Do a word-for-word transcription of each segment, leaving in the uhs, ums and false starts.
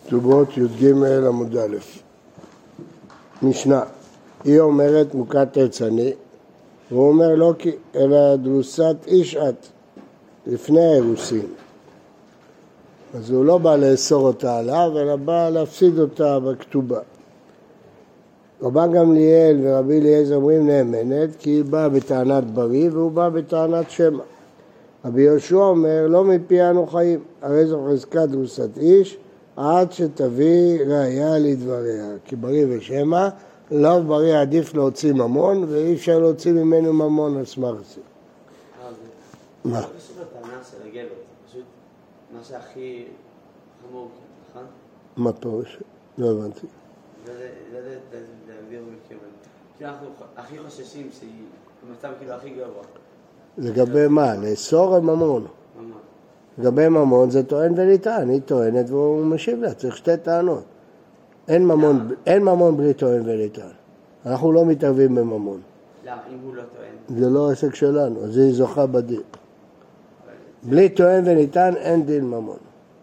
כתובות י"ג עמוד א'. משנה, היא אומרת מוכת עץ אני, והוא אומר לא כי, אלא דרוסת איש את, לפני האירוסין. אז הוא לא בא לאסור אותה עליו, אלא בא להפסיד אותה בכתובה. רבן גמליאל ורבי אליעזר אומרים נאמנת, כי היא באה בטענת בריא והוא בא בטענת שמא. רבי יהושע אומר, לא מפי אנו חיים, הרי זו חזקת דרוסת איש, עד שתביא ראיה לדבריה. כי בריא ושמא, לא בריא עדיף להוציא ממון, ואי אפשר להוציא ממנו ממון על סמך זה. מה? זה פשוט הטענה של הגבר, זה פשוט מה שהכי חמור, נכון? מה פירוש? לא הבנתי. זה להגדיר במקרה. כי אנחנו הכי חוששים שהיא במצב כאילו הכי גבוה. לגבי מה? לאסור על ממון? ממון. לגבי ממון זה טוען וניתן, היא טוענת והוא משיב לה, צריך שתי טענות. אין ממון, אין ממון בלי טוען וניתן. אנחנו לא מתערבים בממון. למה? אם הוא לא טוען? זה לא עסק שלנו, אז היא זוכה בדין. בלי טוען וניתן אין דין ממון.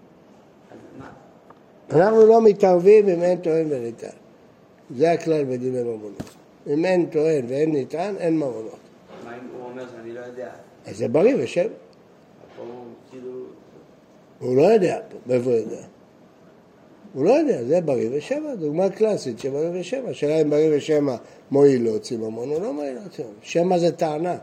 אנחנו לא מתערבים אם אין טוען וניתן. זה הכלל בדיני ממונות. אם אין טוען ואין ניתן, אין ממונות. מה אם הוא אומר שאני לא יודע? אז זה בריא ושם. הוא כאילו... הוא לא יודע, מאיפה הוא יודע? הוא לא יודע, זה בריא ושמא, דוגמה קלאסית שבריא ושמא. השאלה אם בריא ושמא מועיל להוציא ממון, הוא לא מועיל להוציא ממון. שמא זה טענה.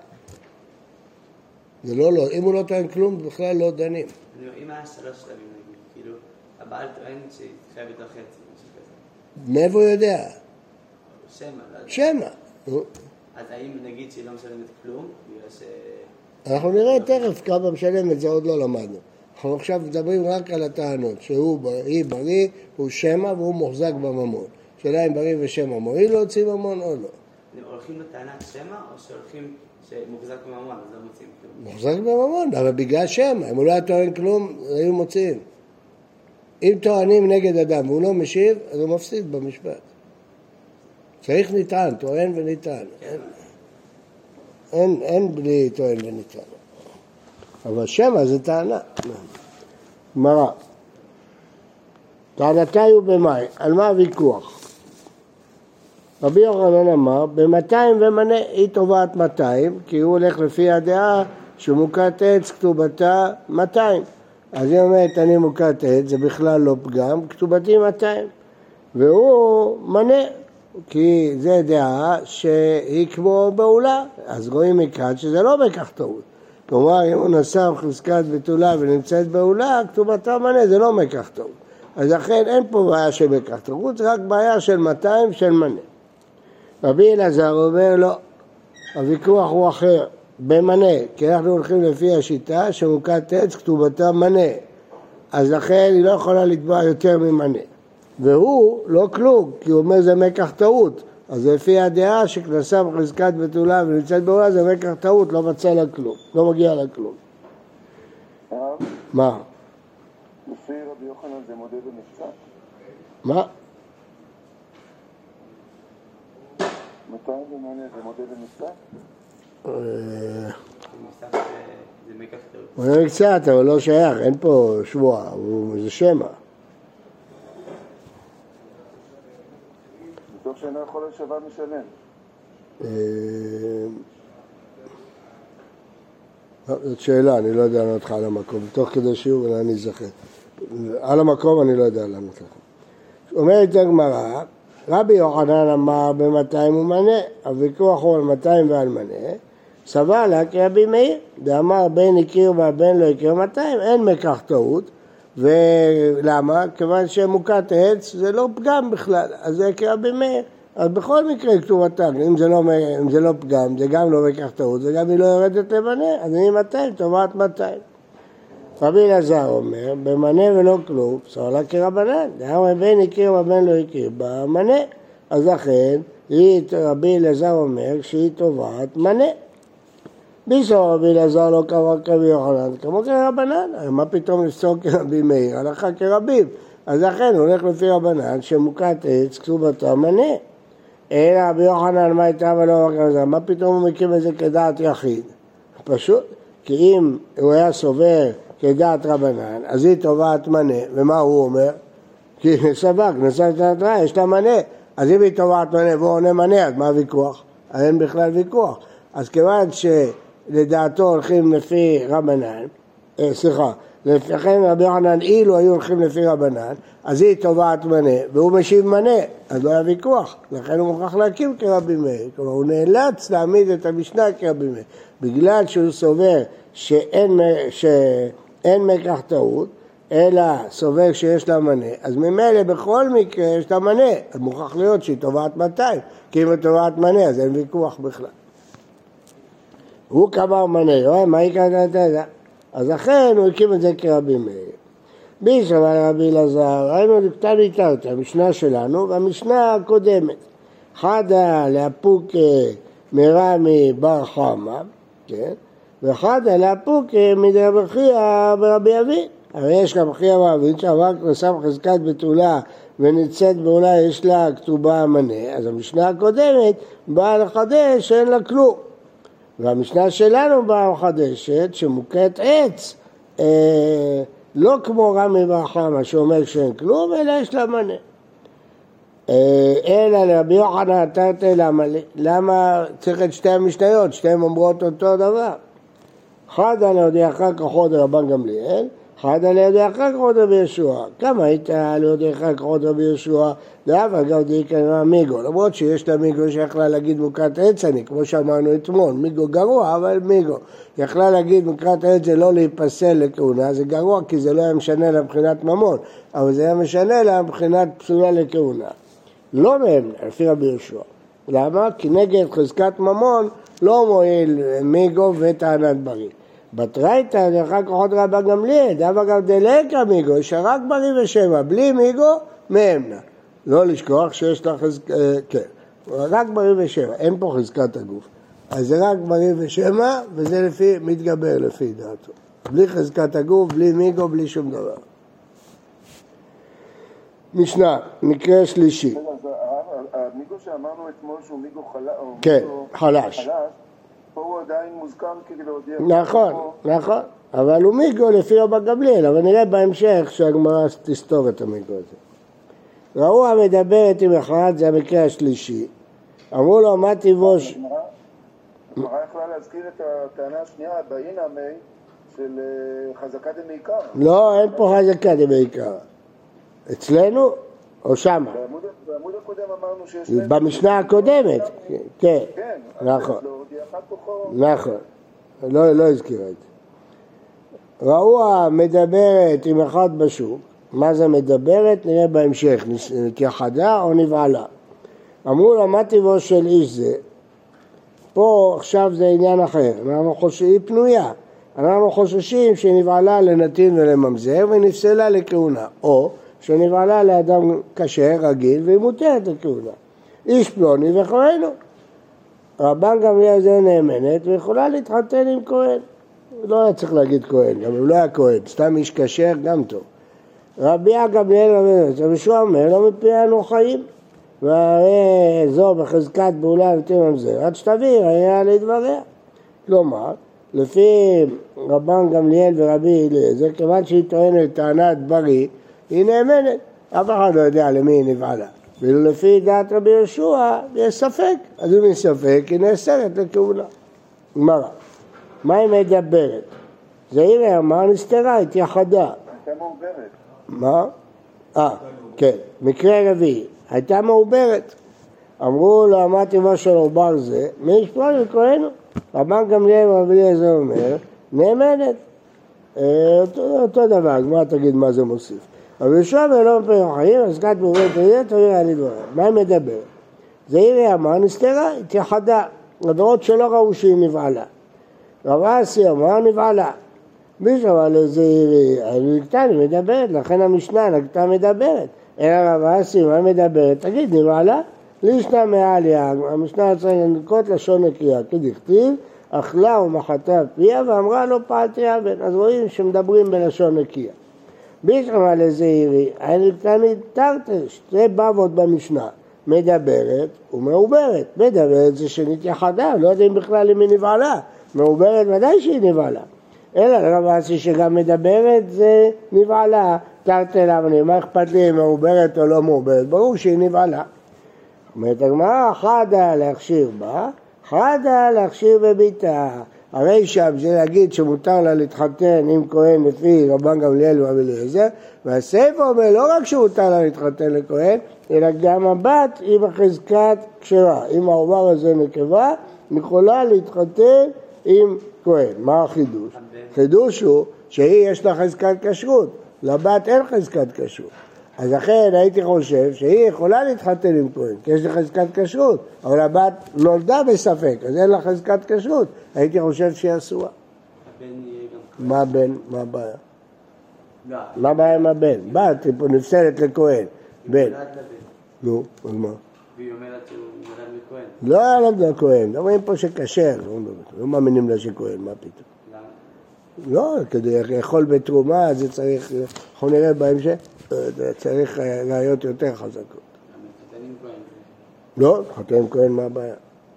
זה לא לא, אם הוא לא טוען כלום, בכלל לא דנים. אם היה שלוש שלבים נגיד, כאילו, הבעל טוען שתחיה בתוך חצי, משהו כזה. מאיפה הוא יודע? שמא, לא יודע. שמא. אז האם נגיד שהיא לא משלמת כלום, בגלל ש... אנחנו נראה תכף כמה משלמת, זה עוד לא למדנו. אנחנו עכשיו מדברים רק על הטענות, שהוא בריא, בריא, הוא שמא והוא מוחזק בממון. שאלה אם בריא ושמא מועיל להוציא ממון או לא. הולכים לטענת שמא או שהולכים שמוחזק בממון, אז לא מוצאים כלום? מוחזק בממון, אבל בגלל שמא, אם הוא לא היה טוען כלום, היו מוצאים. אם טוענים נגד אדם והוא לא משיב, אז הוא מפסיד במשפט. צריך ניתן, טוען וניתן. אין, אין, אין בלי טוען וניתן. אבל שמא זה טענה. גמרא. טענתה הוא במאי, על מה הוויכוח? רבי יוחנן אמר, ב-מאתיים ומנה היא תובעת מאתיים, כי הוא הולך לפי הדעה שמוכת עץ כתובתה מאתיים. אז היא אומרת, אני מוכת עץ, זה בכלל לא פגם, כתובתי מאתיים. והוא מנה, כי זה דעה שהיא כמו בעולה, אז רואים מכאן שזה לא בכך טעות. כלומר, אם הוא נסע חזקת בתולה ונמצאת בעולה, כתובתה מנה, זה לא מכך טעות. אז לכן אין פה בעיה של בכך טעות, זה רק בעיה של מאתיים של מנה. רבי אלעזר אומר, לא, הוויכוח הוא אחר, במנה, כי אנחנו הולכים לפי השיטה שמוכת עץ כתובתה מנה, אז לכן היא לא יכולה לתבוע יותר ממנה. והוא לא כלום, כי הוא אומר זה מקח טעות, אז לפי הדעה שכנסה בחזקת בתולה ונמצאת בעולה זה מקח טעות, לא מצא לה כלום, לא מגיע לה כלום. מה? לפי רבי יוחנן זה מודה ונפסק? מה? מתי ומנה זה מודה ונפסק? זה מקח טעות. הוא אומר קצת, אבל לא שייך, אין פה שבועה, זה שמא. בתוך שאינו יכול לשווה משלם. זאת שאלה, אני לא יודע לענות לך על המקום. בתוך כדי שיעור אני אזכר. על המקום אני לא יודע לענות לך. אומרת הגמרא, רבי יוחנן אמר ב-מאתיים הוא מנה, הוויכוח הוא על מאתיים ועל מנה, סבר לה כי רבי מאיר, דאמר בן הכיר והבן לא הכיר מאתיים, אין מכך טעות. ולמה? כיוון שמוכת עץ זה לא פגם בכלל, אז זה כרבי מאיר. אז בכל מקרה כתובתה, אם זה לא, אם זה לא פגם, זה גם לא מכך טעות, זה גם היא לא יורדת למנה, אז אני מאתיים, תובעת מאתיים. רבי אלעזר אומר, במנה ולא כלום, סבר לה כרבנן, דאמר בן הכיר והבן לא הכיר, במנה. אז לכן, רבי אלעזר אומר שהיא תובעת מנה. ביסור רבי אלעזר לא קבע כרבי יוחנן, כמו כרבנן, מה פתאום לפסוק כרבי מאיר, הלכה כרבים, אז לכן הוא הולך לפי רבנן שמוכת עץ כתובתה מנה. אלא רבי יוחנן מה הייתה ולא כזה, מה פתאום הוא מקים את זה כדעת יחיד? פשוט, כי אם הוא היה סובר כדעת רבנן, אז היא תובעת מנה, ומה הוא אומר? כי סבק, נסע את ההתראה, יש לה מנה. אז אם היא תובעת מנה והוא עונה מנה, אז מה הוויכוח? אין בכלל ויכוח. אז כיוון שלדעתו הולכים לפי רבנן, אה, סליחה, לפניכם רבי יוחנן אילו היו הולכים לפי רבנן, אז היא תובעת מנה והוא משיב מנה, אז לא היה ויכוח. לכן הוא מוכרח להקים כרבי מאיר. כלומר, הוא נאלץ להעמיד את המשנה כרבי מאיר. בגלל שהוא סובר שאין, שאין מקח טעות, אלא סובר שיש לה מנה, אז ממילא בכל מקרה יש לה מנה, אז מוכרח להיות שהיא תובעת מאתיים, כי אם היא תובעת מנה אז אין ויכוח בכלל. הוא קבר מנה, רואה, מה היא קראת את זה? אז לכן הוא הקים את זה כרבי מאיר. בישרא רבי אלעזר, ראינו קטן איתה את המשנה שלנו והמשנה הקודמת. חדה לאפוק מרמי בר חמא, כן? וחדה לאפוק מדרבי חייא ברבי אבין. הרי יש גם חייא ואבין שעבר כנסה בחזקת בתולה וניצאת בעולה יש לה כתובה מנה, אז המשנה הקודמת באה לחדש שאין לה כלום. והמשנה שלנו באה לחדשת שמוקת עץ, אה, לא כמו רמי בר חמא שאומר שאין כלום, אלא יש לה מנה. אה, אלא לרבי יוחנן תרתי למה, למה צריך את שתי המשניות, שתיהן אומרות אותו דבר. חדה להודיעך כחוד רבן גמליאל, חדה להודיעך כחוד רבי ישוע. כמה היית להודיעך כחוד רבי ישוע? לאו אגב דיקה מיגו, למרות שיש לה מיגו שיכלה להגיד מוקרת עץ, אני כמו שאמרנו אתמול, מיגו גרוע, אבל מיגו. יכלה להגיד מוקרת עץ זה לא להיפסל לכהונה, זה גרוע כי זה לא היה משנה לה מבחינת ממון, אבל זה היה משנה לה מבחינת פסולה לכהונה. לא מהם, לפי רבי ישוע. למה? כי נגד חזקת ממון לא מועיל מיגו וטענת בריא. בתרייתא דאחר כחוד רבן גמליאל, דאבה גם דלקה מיגו, יש רק בריא ושמע, בלי מיגו, מהמנה. לא לשכוח שיש לה חזקת, כן, רק בריא ושמע, אין פה חזקת הגוף. אז זה רק בריא ושמע, וזה לפי, מתגבר לפי דעתו. בלי חזקת הגוף, בלי מיגו, בלי שום דבר. משנה, מקרה שלישי. המיגו שאמרנו אתמול שהוא מיגו חלש, כן, חלש. פה הוא עדיין מוזכר כדי להודיע. נכון, נכון. אבל הוא מיגו לפי רבן גמליאל, אבל נראה בהמשך שהגמרא תסתור את המיגו הזה. ראו המדברת עם אחד, זה המקרה השלישי. אמרו לו, מה תיבוש? הגמרא יכולה להזכיר את הטענה השנייה, באינמי של חזקה דמעיקר. לא, אין פה חזקה דמעיקר. אצלנו או שמה? בעמוד הקודם אמרנו שיש... במשנה הקודמת, כן. כן, נכון. לא נכון. לא הזכירה את זה. ראו המדברת עם אחד בשוק. מה זה מדברת? נראה בהמשך, נתייחדה או נבעלה. אמרו לה, מה טבעו של איש זה? פה עכשיו זה עניין אחר, אנחנו חוששים, היא פנויה. אנחנו חוששים שנבעלה לנתין ולממזר ונפסלה לכהונה, או שנבעלה לאדם קשה, רגיל, והיא מותרת לכהונה. איש פלוני וכהנו. רבן גמליאל זה נאמנת ויכולה להתחתן עם כהן. לא היה צריך להגיד כהן, גם אם לא היה כהן, סתם איש קשר גם טוב. רבי גמליאל רבי ישוע אומר, לא מפי אנו חיים, והרי זו בחזקת בעולה נתין ממזר, עד שתביא היה לדבריה. כלומר, לפי רבן גמליאל ורבי אליעזר, כיוון שהיא טוענת טענת בריא, היא נאמנת. אף אחד לא יודע למי היא נבעלה. ולפי דעת רבי ישוע, יש ספק. אז אם יש ספק, היא נאסרת לכהונה. גמרא. מה היא מדברת? זה הנה, אמר נסתרה, התייחדה. הייתה מעוברת. מה? אה, כן. מקרה רביעי. הייתה מעוברת. אמרו לו, מה טבעו של עובר זה? מי ישפול וכהנו? רבן גמליאל ורבי אליעזר אומר, נאמנת. אותו, אותו דבר, גמרא תגיד מה זה מוסיף. אבל ישוע ולא מפי חיים, עסקת מעוברת תהיה, תהיה על לדברה. מה היא מדברת? זה הנה אמר נסתרה, התייחדה. לדברות שלא ראו שהיא נבעלה. רב אסי אמר נבעלה. מי שאמר לזה, הנקטה היא מדברת, לכן המשנה הנקטה מדברת. אלא רב אסי, מה מדברת? תגיד, נבעלה? לישנה מעליה, המשנה צריך לנקוט לשון נקייה, כדכתיב, אכלה ומחתה פיה ואמרה לא פעלתי אבן. אז רואים שמדברים בלשון נקייה. בישרמה לזעירי, הנקטנית תרתי, שתי בבות במשנה, מדברת ומעוברת. מדברת זה שנתייחדה, לא יודעים בכלל אם היא נבעלה. מעוברת ודאי שהיא נבעלה. אלא רב אסי שגם מדברת זה נבעלה, תרתי לה, מה אכפת לי אם מעוברת או לא מעוברת? ברור שהיא נבעלה. אומרת הגמרא, חדה להכשיר בה, חדה להכשיר בביתה. הרי שם זה להגיד שמותר לה להתחתן עם כהן לפי רבן גמליאל ורבי אליעזר, והספר אומר לא רק שמותר לה להתחתן לכהן, אלא גם הבת היא בחזקת כשרה. אם העובר הזה נקבה, יכולה להתחתן עם כהן. מה החידוש? חידוש הוא שהיא יש לה חזקת כשרות, לבת אין חזקת כשרות. אז לכן הייתי חושב שהיא יכולה להתחתן עם כהן, כי יש לה חזקת כשרות, אבל הבת נולדה בספק, אז אין לה חזקת כשרות. הייתי חושב שהיא אסורה. מה הבן? מה הבעיה? מה הבעיה עם הבן? בת, היא פה נפסלת לכהן. בן. נו, אז מה? והיא אומרת שהוא נולד מכהן. לא נולד לכהן, אומרים פה שכשר, לא מאמינים לה שכהן, מה פתאום? לא, כדי לאכול בתרומה, זה צריך, אנחנו נראה בהמשך, צריך ראיות יותר חזקות. חתן עם כהן. לא, חתן עם כהן, מה הבעיה?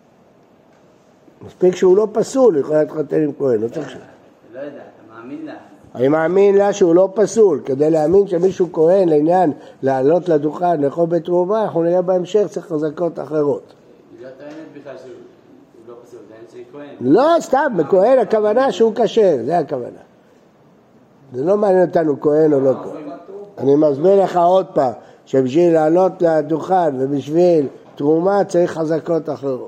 מספיק שהוא לא פסול, יכול להתחתן עם כהן, לא צריך ש... לא יודע, אתה מאמין לה? אני מאמין לה שהוא לא פסול, כדי להאמין שמישהו כהן לעניין לעלות לדוכן, לאכול בתרומה, אנחנו נראה בהמשך, צריך חזקות אחרות. היא לא טוענת בכלל שהוא לא פסול, טוענת שהיא כהן. לא, סתם, בכהן הכוונה שהוא כשר, זה הכוונה. זה לא מעניין אותנו כהן או לא כהן. אני מסביר לך עוד פעם, שבשביל לעלות לדוכן ובשביל תרומה צריך חזקות אחרות.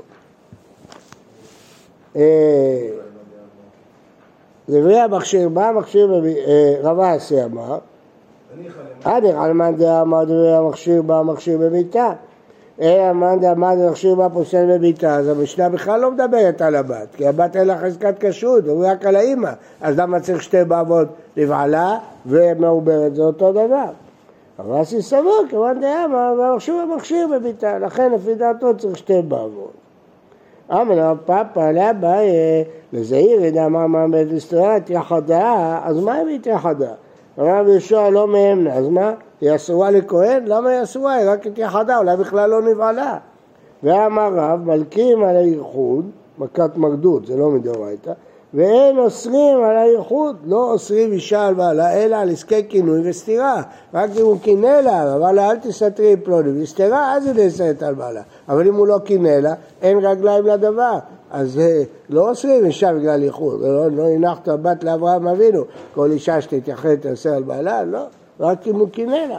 דברי המכשיר, מה המכשיר רבה עשי אמר? אני חלמן דאמר דברי המכשיר בה המכשיר בביתה. אלא מאן דאמר המכשיר בה פוסל בביתה, אז המשנה בכלל לא מדברת על הבת, כי הבת אין לה חזקת כשרות, הוא רק על האמא, אז למה צריך שתי באבות לבעלה ומעוברת, זה אותו דבר. אבל עשי סבור, כמאן דאמר, והמכשיר המכשיר בביתה, לכן לפי דעתו צריך שתי באבות. אמר פאפה לאביי לזעיר דאמר מה בית אסתרה תיחדה, אז מה אם היא תיחדה? אמר ישוע לא מהמנה, אז מה? היא אסורה לכהן? למה היא אסורה? היא רק תיחדה, אולי בכלל לא נבעלה. ואמר רב, מלקים על הייחוד, מכת מרדות, זה לא מדאורייתא, ואין אוסרים על הייחוד, לא אוסרים אישה על בעלה, אלא על עסקי כינוי וסתירה. רק אם הוא קינא לה, אבל אל תסתרי פלוני, וסתירה, אז היא נאסרת על בעלה. אבל אם הוא לא קינא לה, אין רגליים לדבר. אז לא אוסרים אישה בגלל ייחוד, לא, לא הנחת בת לאברהם אבינו, כל אישה שתתייחד תאסר על בעלה, לא, רק אם הוא קינא לה.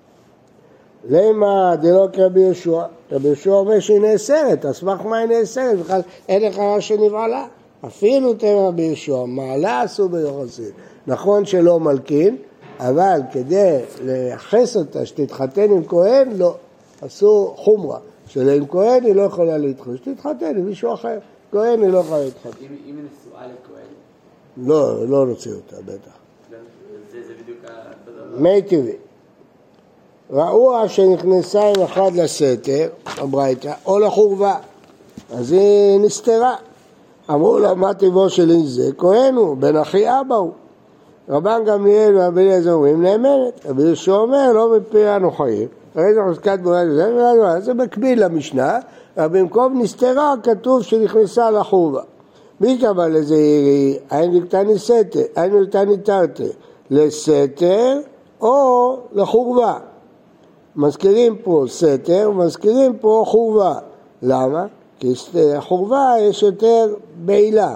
למה דלא כרבי יהושע? רבי יהושע אומר שהיא נאסרת, אז סמך מה היא נאסרת? בכלל אין לך רע שנבעלה. אפילו תראה רבי יהושע, מעלה עשו ביוחסין. נכון שלא מלכין, אבל כדי לייחס אותה שתתחתן עם כהן, לא. עשו חומרה, שלם כהן היא לא יכולה להתחתן, שתתחתן עם מישהו אחר. כהן היא לא יכולה להתחתן. אם היא נשואה לכהן? לא, לא נוציא אותה, בטח. זה בדיוק אותו דבר. מי טבעי. ראו שנכנסה עם אחד לסתר, הברייתא, או לחורבה. אז היא נסתרה. אמרו לה, מה טבעו של איש זה? כהן הוא, בן אחי אבא הוא. רבן גמליאל ורבי אליעזר אומרים, נאמנת. רבי יהושע אומר, לא מפי אנו חיים. הרי זה חזקת בורא זה, זה מקביל למשנה, אבל במקום נסתרה כתוב שנכנסה לחורבה. מי קבע לזה ירי? אין נקטני סתר, אין נקטני תרתי, לסתר או לחורבה. מזכירים פה סתר, מזכירים פה חורבה. למה? כי חורבה יש יותר בעילה.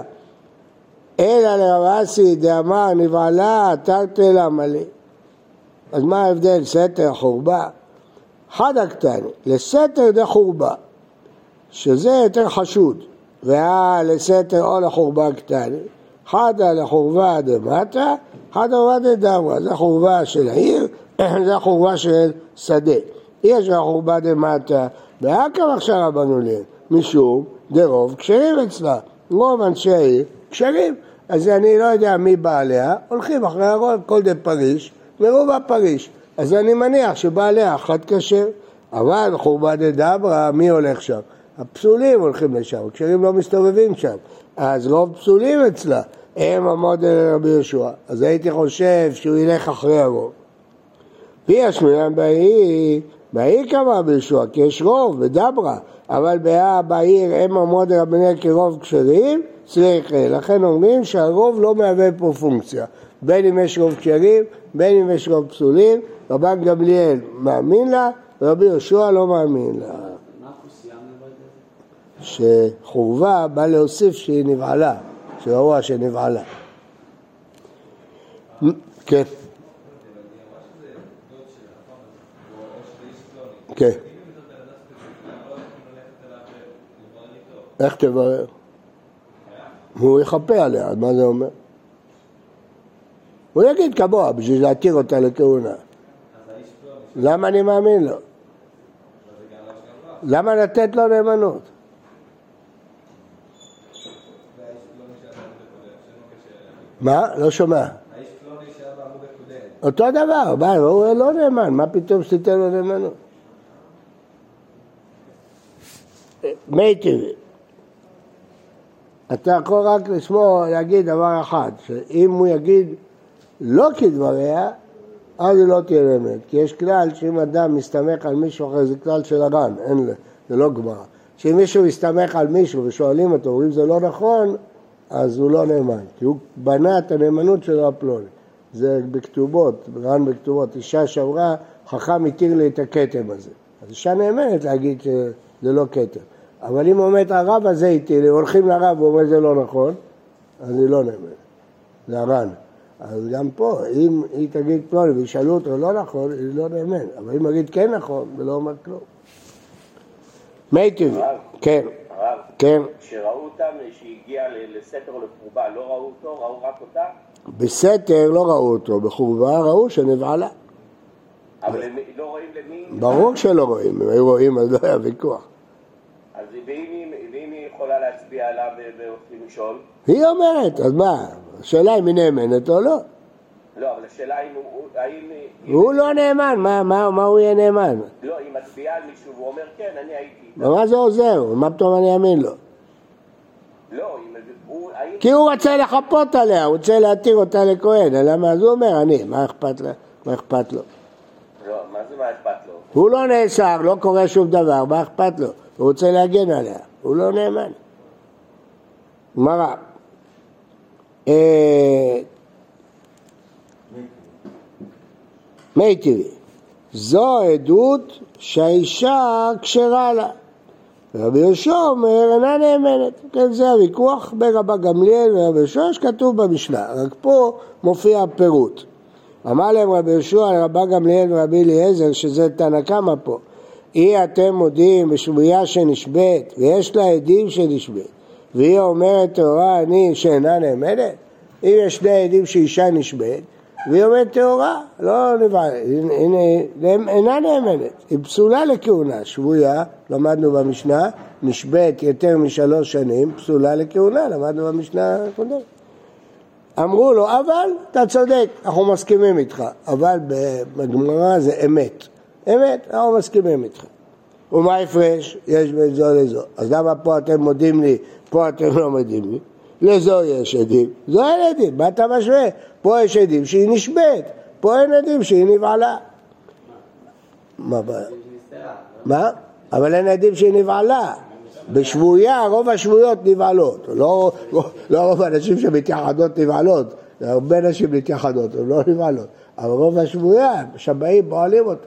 אלא לרב אסי דאמר נבעלה תרתי לה מלא. אז מה ההבדל? סתר חורבה? חד הקטני, לסתר דחורבה, שזה יותר חשוד, ולסתר או לחורבה קטני, חדה לחורבה דמטה, חדה לחורבה דדמרה, זה חורבה של העיר, זה חורבה של שדה. יש לחורבה דמטה, והקם עכשיו רבנו להם, משום דרוב כשרים אצלה, רוב אנשי העיר כשרים, אז אני לא יודע מי בא עליה, הולכים אחרי הרוב, כל דה פריש, מרובה פריש, אז אני מניח שבעליה אחת כשר, אבל חורבה דדמרה, מי הולך שם? הפסולים הולכים לשם, כשרים לא מסתובבים שם, אז רוב פסולים אצלה, הם עמוד אל רבי יהושע, אז הייתי חושב שהוא ילך אחרי הרוב. פי השמינן בעיר, בעיר כמה רבי יהושע, כי יש רוב בדברה, אבל בעיר הם עמוד אל רבי יהושע כרוב כשרים, צריך, לכן אומרים שהרוב לא מהווה פה פונקציה, בין אם יש רוב כשרים, בין אם יש רוב פסולים, רבן גמליאל מאמין לה, ורבי יהושע לא מאמין לה. מה אנחנו סיימנו בזה? שחורבה בא להוסיף שהיא נבעלה, שראוע שנבעלה. כן. כן. איך תברר? הוא יחפה עליה, מה זה אומר? הוא יגיד כמוה בשביל להתיר אותה לכהונה. למה אני מאמין לו? למה לתת לו נאמנות? מה? לא שומע. אותו דבר, מה, הוא לא נאמן, מה פתאום שתיתן לו נאמנות? מי טבעי. אתה יכול רק לשמוע, להגיד דבר אחד, שאם הוא יגיד לא כדבריה, אז היא לא תהיה נאמנת. כי יש כלל שאם אדם מסתמך על מישהו אחר, זה כלל של הר"ן, אין לה, זה לא גמרא. שאם מישהו מסתמך על מישהו ושואלים אותו, ואם זה לא נכון, אז הוא לא נאמן. כי הוא בנה את הנאמנות שלו הפלוני. זה בכתובות, ר"ן בכתובות. אישה שאמרה, חכם התיר לי את הכתם הזה. אז אישה נאמנת להגיד שזה לא כתם. אבל אם אומרת הרב הזה איתי, הולכים לרב ואומר זה לא נכון, אז היא לא נאמנת. זה הר"ן. אז גם פה, אם היא תגיד פלוני וישאלו אותו לא נכון, היא לא נאמנת. אבל אם נגיד כן נכון, זה לא אומר כלום. מי טבעי? כן. הרב, כן. כשראו אותם שהגיע לסתר או לחורבה, לא ראו אותו, ראו רק אותה? בסתר לא ראו אותו, בחורבה ראו שנבעלה. אבל לא רואים למי? ברור שלא רואים, אם היו רואים אז לא היה ויכוח. אז ואם היא יכולה להצביע עליו והולכים לשאול? היא אומרת, אז מה? השאלה אם היא נאמנת או לא. לא, אבל השאלה האם... הוא לא נאמן, מה הוא יהיה נאמן? לא, היא מצביעה על מישהו והוא אומר כן, אני הייתי. ומה זה עוזר? מה פתאום אני אאמין לו? לא, כי הוא רוצה לחפות עליה, הוא רוצה להתיר אותה לכהן, אלא מה? אז הוא אומר, אני, מה אכפת לה? מה אכפת לו? לא, מה זה מה אכפת לו? הוא לא נאסר, לא קורה שום דבר, מה אכפת לו? הוא רוצה להגן עליה, הוא לא נאמן. מה רע? מי טבעי, זו עדות שהאישה כשרה לה. רבי יהושע אומר, אינה נאמנת. כן, זה הוויכוח ברבן גמליאל ורבי יהושע שכתוב במשנה. רק פה מופיע פירוט. אמר להם רבי יהושע לרבן גמליאל ורבי אליעזר, שזה תנא קמא פה. אי אתם מודיעים בשבויה שנשבית, ויש לה עדים שנשבית, והיא אומרת טהורה אני שאינה נאמנת? אם יש שני עדים שאישה נשבית, והיא אומרת טהורה, לא נבעל, אינה נאמנת, היא פסולה לכהונה, שבויה, למדנו במשנה, נשבית יותר משלוש שנים, פסולה לכהונה, למדנו במשנה הקודמת. אמרו לו, אבל אתה צודק, אנחנו מסכימים איתך, אבל בגמרא זה אמת, אמת, אנחנו מסכימים איתך. ומה הפרש? יש בין זו לזו. אז למה פה אתם מודים לי, פה אתם לא מודים לי? לזו יש עדים, זו אין עדים, מה אתה משווה? פה יש עדים שהיא נשבית, פה אין עדים שהיא נבעלה. מה בעיה? מה? אבל אין עדים שהיא נבעלה. בשבויה רוב השבויות נבעלות, לא, לא, לא רוב האנשים שמתייחדות נבעלות, הרבה נשים מתייחדות, הן לא נבעלות, אבל רוב השבויה, שבאים פועלים אותה.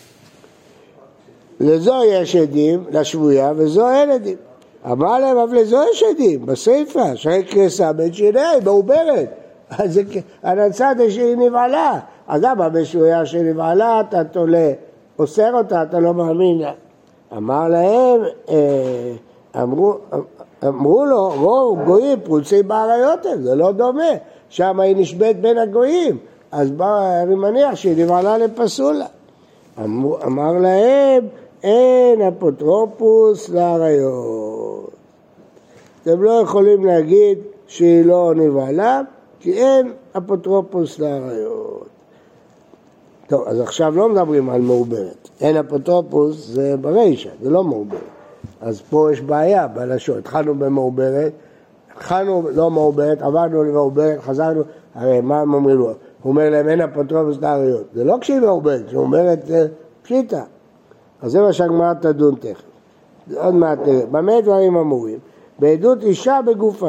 לזו יש עדים, לשבויה, וזו אין עדים. אמר להם, אבל לזו יש עדים, בספר, שרי קריסה בין שיניה, היא מעוברת. אז הנצאת שהיא נבעלה. אז למה בשבויה שהיא נבעלה, אתה תולה, אוסר אותה, אתה לא מאמין לה. אמר להם, אמרו, אמרו לו, רוב גויים פרוצים בעריות, זה לא דומה. שם היא נשבית בין הגויים, אז בא, אני מניח שהיא נבעלה לפסולה. אמר, אמר להם, אין אפוטרופוס לעריות. אתם לא יכולים להגיד שהיא לא נבעלה, כי אין אפוטרופוס לעריות. טוב, אז עכשיו לא מדברים על מעוברת. אין אפוטרופוס זה ברישה, זה לא מעוברת. אז פה יש בעיה בלשון. התחלנו במעוברת, התחלנו לא מעוברת, עברנו למעוברת, חזרנו, הרי מה הם אומרים לו? הוא אומר להם אין אפוטרופוס לעריות. זה לא כשהיא מעוברת, היא אומרת פשיטה. אז זה מה שהגמרא תדון תכף. עוד מעט נראה. במה דברים אמורים? בעדות אישה בגופה,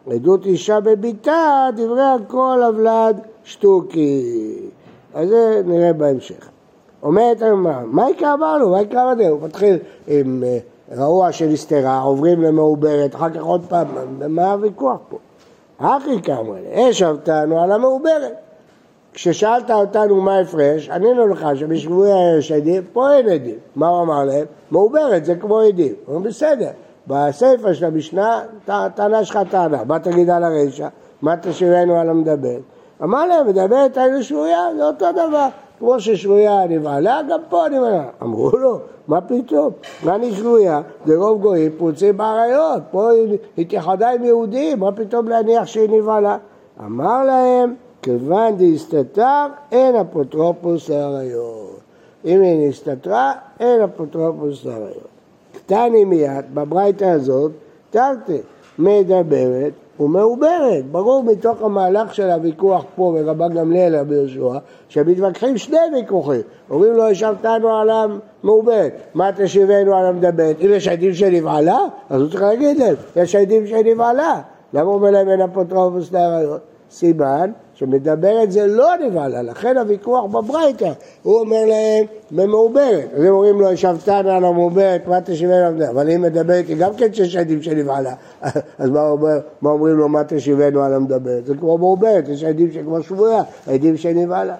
עדות אישה בביתה, דברי הכל הוולד שטוקי. אז זה נראה בהמשך. אומרת הגמרא, מה יקרה אמרנו? מה יקרה בזה? הוא מתחיל עם רעוע של הסתרה, עוברים למעוברת, אחר כך עוד פעם, מה הוויכוח פה? הכי כאמר, השבתנו על המעוברת. כששאלת אותנו מה הפרש, ענינו לך שבשבויה יש עדים, פה אין עדים. מה הוא אמר להם? מעוברת זה כמו עדים. הוא אומר בסדר, בספר של המשנה, טענה שלך טענה. מה תגיד על הרשע? מה תשאירנו על המדבר? אמר להם, מדברת היינו שבויה, זה אותו דבר. כמו ששבויה נבעלה, גם פה נבעלה. אמרו לו, מה פתאום? אני שבויה, זה רוב גויים פרוצים בעריות. פה היא התייחדה עם יהודים, מה פתאום להניח שהיא נבעלה? אמר להם, כיוון דהסתתר, אין אפוטרופוס לעריות. אם היא נסתתרה, אין אפוטרופוס לעריות. קטני מיד, בברייתא הזאת, תרתי, מדברת ומעוברת. ברור מתוך המהלך של הוויכוח פה ברבן גמליאל רבי יהושע, שמתווכחים שני ויכוחים. אומרים לו, ישבתנו על המעוברת, מה תשיבנו על המדברת? אם יש עדים שנבעלה, אז הוא צריך להגיד להם, יש עדים שנבעלה. למה הוא אומר להם אין אפוטרופוס לעריות? סימן שמדברת זה לא נבעלה, לכן הוויכוח בברייתא, הוא אומר להם במעוברת. אז הם אומרים לו, ישבתנו על המעוברת, מה תשיבנו על המדברת? אבל אם מדברת היא גם כן שיש עדים שנבעלה, אז מה, אומר, מה אומרים לו, מה תשיבנו על המדברת? זה כמו מעוברת, יש עדים שכמו שבויה, עדים שנבעלה.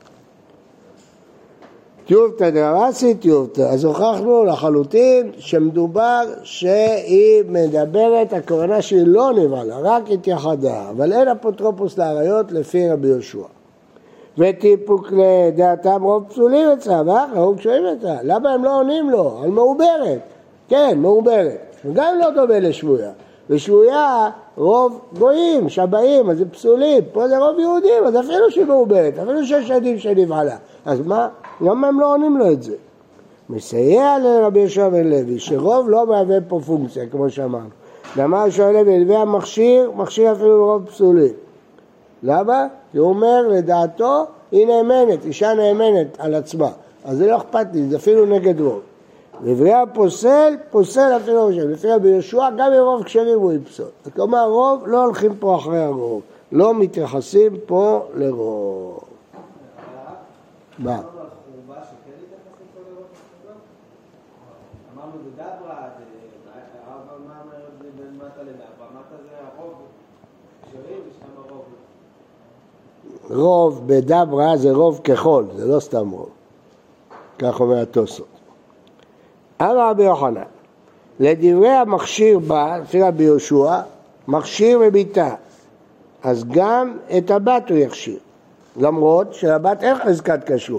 טיובתא דרבאסי טיובתא, אז הוכחנו לחלוטין שמדובר שהיא מדברת, הכוונה שהיא לא נבעלה, רק התייחדה, אבל אין אפוטרופוס לעריות לפי רבי יהושע. וטיפוק לדעתם רוב פסולים אצלה, ואחר רוב קשורים אצלה, למה הם לא עונים לו? על מעוברת, כן, מעוברת, גם לא דומה לשבויה, ושבויה רוב גויים, שבאים, אז זה פסולים, פה זה רוב יהודים, אז אפילו שהיא מעוברת, אפילו שיש עדים שנבעלה, אז מה? גם הם לא עונים לו את זה. מסייע לרבי יהושע בן לוי, שרוב לא מהווה פה פונקציה, כמו שאמרנו. למה שואל לוי, לוי המכשיר, מכשיר אפילו רוב פסולים. למה? כי הוא אומר, לדעתו, היא נאמנת, אישה נאמנת על עצמה. אז זה לא אכפת לי, זה אפילו נגד רוב. לוי הפוסל, פוסל אפילו רוב שם. לפי רבי יהושע, גם אם רוב כשרים הוא יפסול. כלומר, רוב לא הולכים פה אחרי הרוב. לא מתייחסים פה לרוב. מה? אמרנו בדברה, מה אומרת במטה לדברה? מטה זה הרוב כשרים ושם הרוב. רוב בדברה זה רוב כחול, זה לא סתם רוב. כך אומר התוספות. אמר רבי יוחנן, לדברי המכשיר בה, לפי רבי יהושע, מכשיר בביתה, אז גם את הבת הוא יכשיר. למרות שלבת אין חזקת כשרות.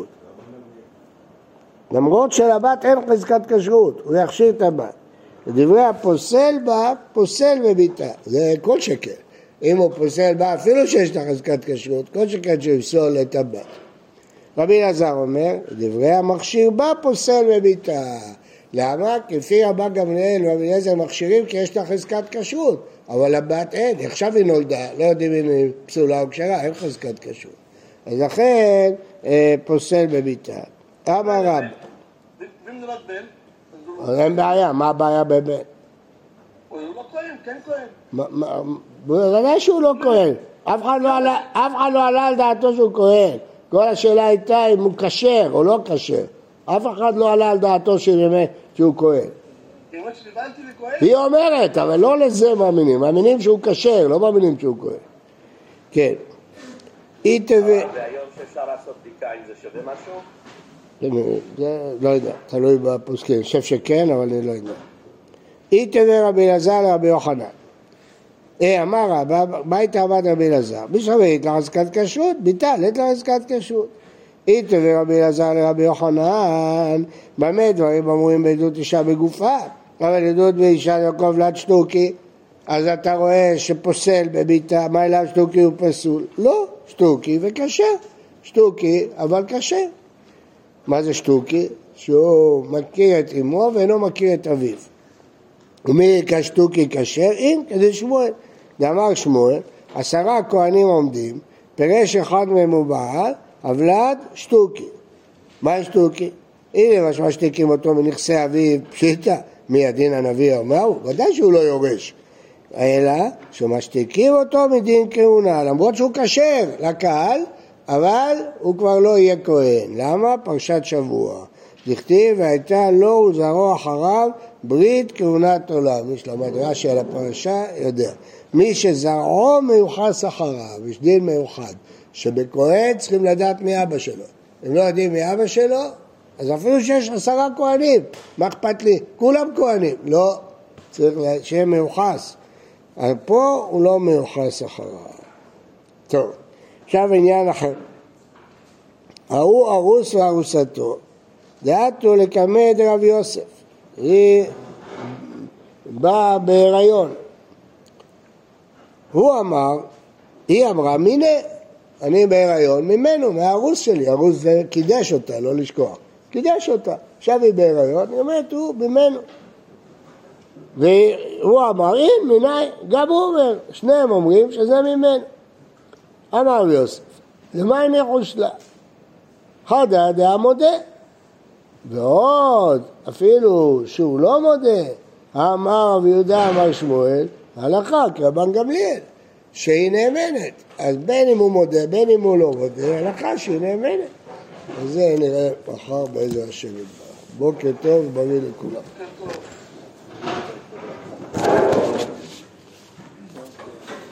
למרות שלבת אין חזקת כשרות, הוא יכשיר את הבת. לדברי הפוסל בה, פוסל בביתה. זה כל שקל. אם הוא פוסל בה, אפילו שיש לה חזקת כשרות, כל שקל שיפסול את הבת. רבי אלעזר אומר, דברי המכשיר בה, פוסל בביתה. למה? כפי רבן גמליאל ורבי אליעזר מכשירים כי יש לה חזקת כשרות. אבל הבת אין, עכשיו היא נולדה, לא יודעים אם היא פסולה או כשרה, אין חזקת כשרות. אז לכן פוסל בביתה. אמר רב. ואם זה בת בן? אין בעיה, מה הבעיה בבן? הוא לא כהן, כן כהן. בוודאי שהוא לא כהן. אף אחד לא עלה על דעתו שהוא כהן. כל השאלה הייתה אם הוא כשר או לא כשר. אף אחד לא עלה על דעתו שהוא כהן. היא אומרת, אבל לא לזה מאמינים. מאמינים שהוא כשר, לא מאמינים שהוא כהן. כן. והיום שאפשר לעשות בדיקה אם זה שווה משהו? זה לא יודע, תלוי בפוסקים. אני חושב שכן, אבל אני לא יודע. אי תביא רבי אלעזר לרבי יוחנן. אה, אמר רבא, מה הייתה עבד רבי אלעזר? מי שבאית לחזקת כשרות? ביטל, את לחזקת כשרות. אי תביא רבי אלעזר לרבי יוחנן, במה דברים אמורים בעדות אישה בגופה? אבל עדות באישה יעקב לד שטוקי, אז אתה רואה שפוסל בביתה, מה אליו שטוקי הוא פסול? לא, שטוקי וכשר. שטוקי, אבל כשר. מה זה שטוקי? שהוא מכיר את אמו ואינו מכיר את אביו. ומי כשטוקי כשר? אם, כדי שמואל. דאמר שמואל, עשרה כהנים עומדים, פירש אחד מהם הוא בעל, אבלד שטוקי. מה שטוקי? הנה משמע שתקים אותו מנכסי אביו פשיטה. מי הדין הנביא אומר? ודאי שהוא לא יורש. אלא שמשתיקים אותו מדין כהונה, למרות שהוא כשר לקהל, אבל הוא כבר לא יהיה כהן. למה? פרשת שבוע. דכתיב והייתה לו וזרעו אחריו ברית כהונת עולם. מי שלמד רש"י על הפרשה יודע. מי שזרעו מיוחס אחריו, יש דין מיוחד, שבכהן צריכים לדעת מי אבא שלו. אם לא יודעים מי אבא שלו, אז אפילו שיש עשרה כהנים, מה אכפת לי? כולם כהנים. לא, צריך שיהיה מיוחס. אבל פה הוא לא מיוחס אחריו. טוב, עכשיו עניין אחר. ההוא ארוס וארוסתו, דעתו לקמא דרב יוסף. היא באה בהיריון. הוא אמר, היא אמרה, מיני, אני בהיריון ממנו, מהארוס שלי. הארוס זה קידש אותה, לא לשכוח. קידש אותה. עכשיו היא בהיריון, היא אומרת, הוא ממנו. והוא אמר, אין, מיני, גם הוא אומר, שניהם אומרים שזה ממנו. אמר יוסף, למה אין יחוש לה? חדה דעה מודה. ועוד, אפילו שהוא לא מודה, אמר רבי יהודה אמר שמואל, הלכה כרבן גמליאל, שהיא נאמנת. אז בין אם הוא מודה, בין אם הוא לא מודה, הלכה שהיא נאמנת. וזה נראה מחר באיזה השם יתברך. בוקר טוב, בריא לכולם.